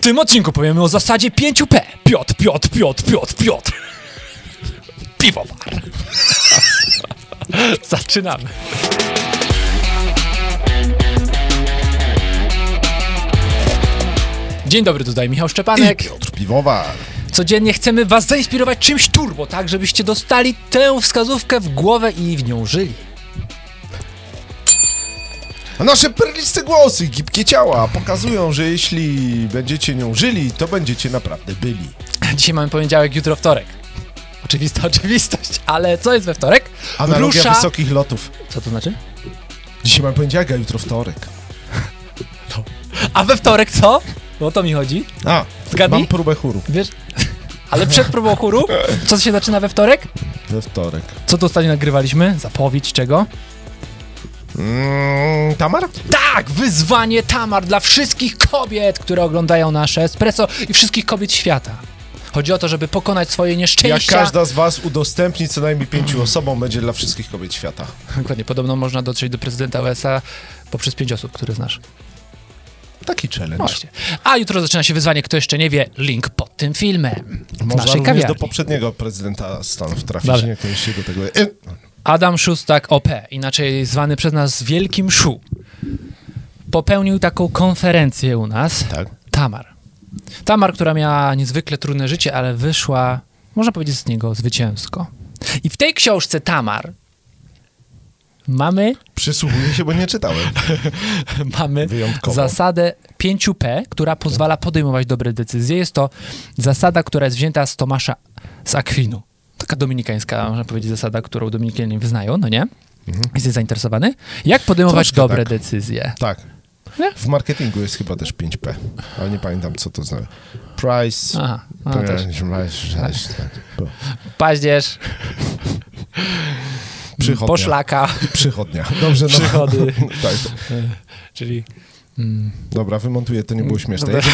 tym odcinku powiemy o zasadzie 5P. Piotr. Piwowar. Zaczynamy. Dzień dobry, tutaj Michał Szczepanek. I Piotr Piwowar. Codziennie chcemy was zainspirować czymś turbo, tak żebyście dostali tę wskazówkę w głowę i w nią żyli. A nasze perliste głosy, gibkie ciała pokazują, że jeśli będziecie nią żyli, to będziecie naprawdę byli. Dzisiaj mamy poniedziałek, jutro wtorek. Oczywista oczywistość, ale co jest we wtorek? Analogia wysokich lotów. Co to znaczy? Dzisiaj mamy poniedziałek, a jutro wtorek. A we wtorek co? O to mi chodzi. Zgadnij? Mam próbę chóru. Wiesz, ale przed próbą chóru, co się zaczyna we wtorek? We wtorek. Co to ostatnio nagrywaliśmy? Zapowiedź czego? Tamar? Tak! Wyzwanie Tamar dla wszystkich kobiet, które oglądają nasze Espresso i wszystkich kobiet świata. Chodzi o to, żeby pokonać swoje nieszczęścia. Jak każda z was udostępni co najmniej 5 osobom, będzie dla wszystkich kobiet świata. Dokładnie, podobno można dotrzeć do prezydenta USA poprzez 5 osób, które znasz. Taki challenge. Właśnie. A jutro zaczyna się wyzwanie, kto jeszcze nie wie, link pod tym filmem. Można również do poprzedniego prezydenta Stanów trafić, niekoniecznie do tego. Adam Szustak OP, inaczej zwany przez nas Wielkim Szu, popełnił taką konferencję u nas. Tak. Tamar, która miała niezwykle trudne życie, ale wyszła, można powiedzieć, z niego zwycięsko. I w tej książce Tamar mamy... Przysłuchuję się, bo nie czytałem. Mamy wyjątkowo zasadę 5P, która pozwala podejmować dobre decyzje. Jest to zasada, która jest wzięta z Tomasza z Akwinu. Taka dominikańska, można powiedzieć, zasada, którą Dominikanie wyznają, no nie? Jesteś zainteresowany? Jak podejmować troszkę dobre tak. decyzje? Tak. Nie? W marketingu jest chyba też 5P, ale nie pamiętam, co to znaczy. Price, Aha, no też. Paździerz, przychodnia. poszlaka, Przychodnia. Dobrze, no. przychody. Tak. Czyli... Dobra, wymontuję, to nie było śmieszne. Dobra.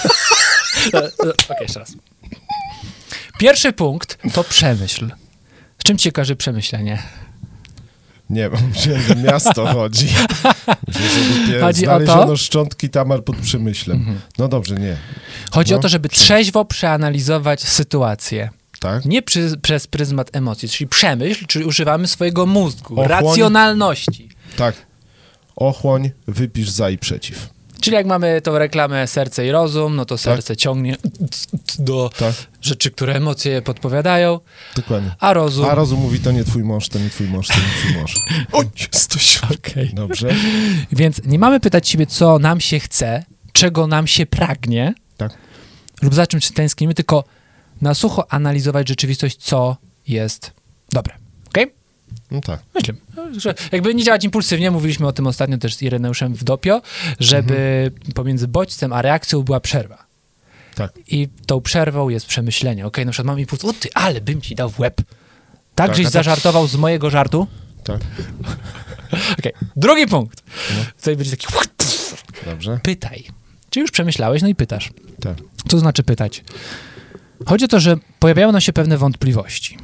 Okej, jeszcze raz. Pierwszy punkt to przemyśl. Z czym ci kojarzy przemyślenie? Nie, bo myślałem, że miasto chodzi. Chodzi znaleziono o to? szczątki Tamar pod Przemyślem. No dobrze, nie. Chodzi o to, żeby trzeźwo przeanalizować sytuację. Tak? Nie przez pryzmat emocji, czyli przemyśl, czyli używamy swojego mózgu, Ochłoń. racjonalności. Tak. Ochłoń, wypisz za i przeciw. Czyli jak mamy tą reklamę serce i rozum, no to serce ciągnie do rzeczy, które emocje podpowiadają, Dokładnie. a rozum mówi, to nie twój mąż, to nie twój mąż, to nie twój mąż. Oj, jest to okej. Dobrze. Więc nie mamy pytać siebie, co nam się chce, czego nam się pragnie, Tak. lub za czym tęsknimy, tylko na sucho analizować rzeczywistość, co jest dobre. Okej? No tak. Myślę, że jakby nie działać impulsywnie, mówiliśmy o tym ostatnio też z Ireneuszem w Dopio, żeby pomiędzy bodźcem a reakcją była przerwa. Tak. I tą przerwą jest przemyślenie. Okej, na przykład mam impuls, o ty, ale bym ci dał w łeb. Tak, żeś zażartował z mojego żartu? Tak. Okej. Drugi punkt. Tutaj będzie taki... Dobrze. Pytaj. Czy już przemyślałeś? No i pytasz. Tak. Co znaczy pytać? Chodzi o to, że pojawiają nam się pewne wątpliwości.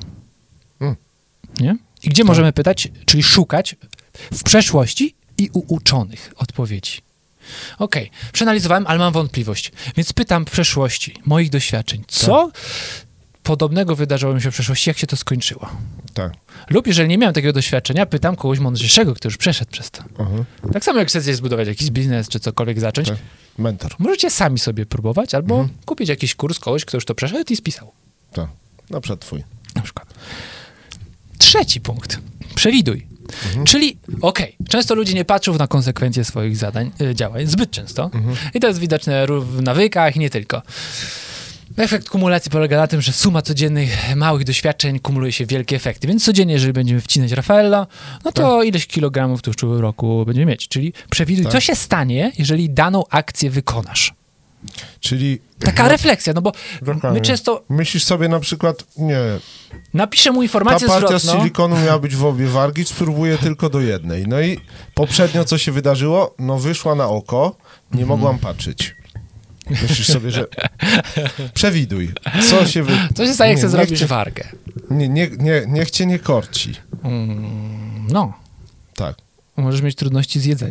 Nie? I gdzie możemy pytać, czyli szukać w przeszłości i u uczonych odpowiedzi. Okej, przeanalizowałem, ale mam wątpliwość, więc pytam w przeszłości, moich doświadczeń, co podobnego wydarzyło mi się w przeszłości, jak się to skończyło. Tak. Lub jeżeli nie miałem takiego doświadczenia, pytam kogoś mądrzejszego, który już przeszedł przez to. Tak samo jak chcecie zbudować jakiś biznes, czy cokolwiek zacząć, Mentor. możecie sami sobie próbować, albo kupić jakiś kurs kogoś, kto już to przeszedł i spisał. Tak. Na przykład twój. Na przykład. Trzeci punkt. Przewiduj. Czyli, często ludzie nie patrzą na konsekwencje swoich działań, zbyt często. I to jest widoczne w nawykach i nie tylko. Efekt kumulacji polega na tym, że suma codziennych małych doświadczeń kumuluje się w wielkie efekty. Więc codziennie, jeżeli będziemy wcinać Raffaello, no to ileś kilogramów tłuszczu w roku będziemy mieć. Czyli przewiduj, co się stanie, jeżeli daną akcję wykonasz. Czyli... Taka refleksja, no bo my często... Myślisz sobie na przykład, napiszę mu informację ta partia zwrotną. z silikonu miała być w obie wargi, spróbuję tylko do jednej. No i poprzednio co się wydarzyło? No wyszła na oko, nie mogłam patrzeć. Myślisz sobie, że... Przewiduj. Co się staje, jak chcę zrobić wargę? Niech cię nie korci. No. Tak. Możesz mieć trudności z jedzeniem.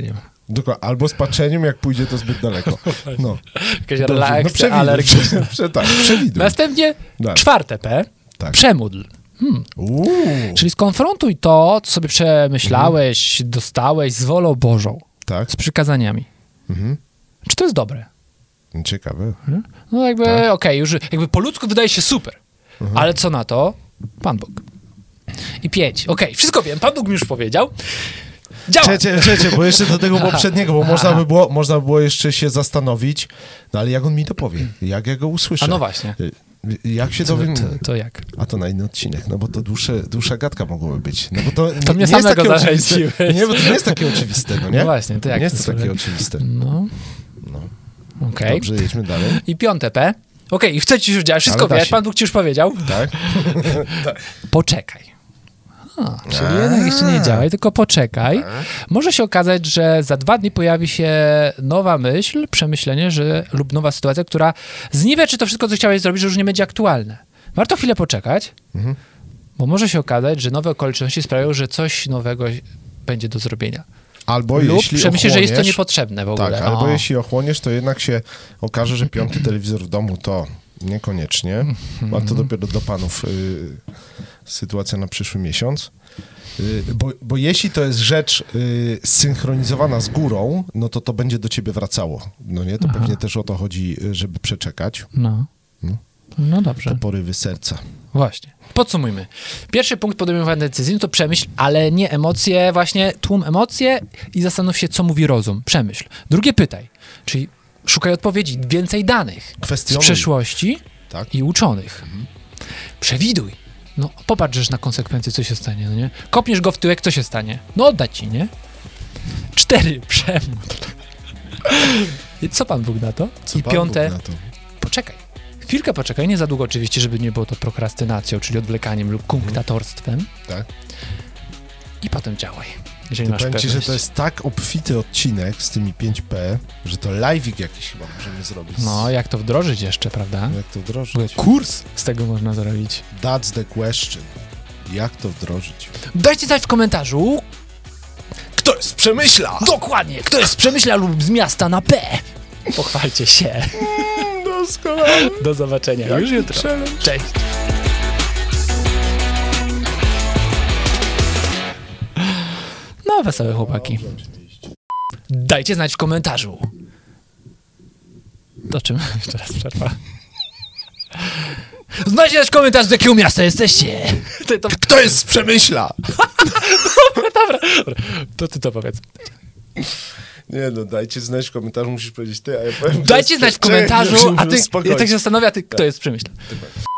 Dokładnie. Albo z patrzeniem, jak pójdzie to zbyt daleko. No. Jakaś Dobrze, reakcja alergiczna. Przewiduj. Następnie Dalej. 4. P. Tak. Przemódl. Czyli skonfrontuj to, co sobie przemyślałeś, dostałeś z wolą Bożą, Tak. z przykazaniami. Czy to jest dobre? Ciekawe. No jakby, Tak. okej, już jakby po ludzku wydaje się super, ale co na to? Pan Bóg. I 5. Okej, wszystko wiem, Pan Bóg mi już powiedział. Działa. Czekajcie, bo jeszcze do tego poprzedniego, bo można by było jeszcze się zastanowić, no ale jak on mi to powie? Jak ja go usłyszę? A no właśnie. Jak się dowiem? To jak? A to na inny odcinek, no bo to dłuższa gadka mogłaby być. No bo to To mnie nie jest samego takie zachęciłeś. oczywiste. Nie, bo to nie jest takie oczywiste, no nie? No właśnie, to jak Nie jest to to takie sobie- oczywiste. No. Okej. Dobrze, jedźmy dalej. I 5. P. Okej, chcę ci już działać. Wszystko Ale da wiesz, się. Pan Bóg ci już powiedział. Tak? Poczekaj. Czyli jednak jeszcze nie działaj, tylko poczekaj. Może się okazać, że za 2 dni pojawi się nowa myśl, przemyślenie, lub nowa sytuacja, która zniweczy to wszystko, co chciałeś zrobić, że już nie będzie aktualne. Warto chwilę poczekać, bo może się okazać, że nowe okoliczności sprawią, że coś nowego będzie do zrobienia. Albo Lub jeśli przemyślisz, że jest to ochłoniesz- niepotrzebne w ogóle. Tak, albo jeśli ochłoniesz, to jednak się okaże, że 5. telewizor w domu to niekoniecznie. A to dopiero do panów sytuacja na przyszły miesiąc. Bo jeśli to jest rzecz zsynchronizowana z górą, no to będzie do ciebie wracało. No nie? To pewnie też o to chodzi, żeby przeczekać No dobrze. te porywy serca. Właśnie. Podsumujmy. Pierwszy punkt podejmowania decyzji, no to przemyśl, ale nie emocje, właśnie tłum emocje i zastanów się, co mówi rozum. Przemyśl. Drugie pytaj, czyli szukaj odpowiedzi, więcej danych z Kwestionuj. przeszłości Tak. i uczonych. Przewiduj. No popatrz na konsekwencje, co się stanie, no nie? Kopniesz go w tyłek, co się stanie? No odda ci, nie? 4. Przemódl. I co Pan Bóg na to? Co I Pan 5. Bóg na to? Poczekaj. Chwilkę poczekaj, nie za długo oczywiście, żeby nie było to prokrastynacją, czyli odwlekaniem lub kunktatorstwem. Tak. I potem działaj, jeżeli To masz powiem ci, pewność. że to jest tak obfity odcinek z tymi 5P, że to live'ik jakiś chyba możemy zrobić. No, jak to wdrożyć jeszcze, prawda? Jak to W ogóle wdrożyć? kurs z tego można zrobić. That's the question. Jak to wdrożyć? Dajcie znać w komentarzu, Kto jest Przemyśla? dokładnie, kto jest z Przemyśla lub z miasta na P. Pochwalcie się. Doskonale. Do zobaczenia już jutro. Cześć. No, wesołe chłopaki. Dajcie znać w komentarzu. Do czym? Jeszcze raz przerwa. Znajdźcie też komentarz, z jakiego miasta jesteście. Kto jest z Przemyśla? Dobra. To ty to powiedz. Nie no, dajcie znać w komentarzu, musisz powiedzieć ty, a ja powiem... Dajcie znać w komentarzu, a ty, ja tak się zastanawiam, kto jest z Przemyśla.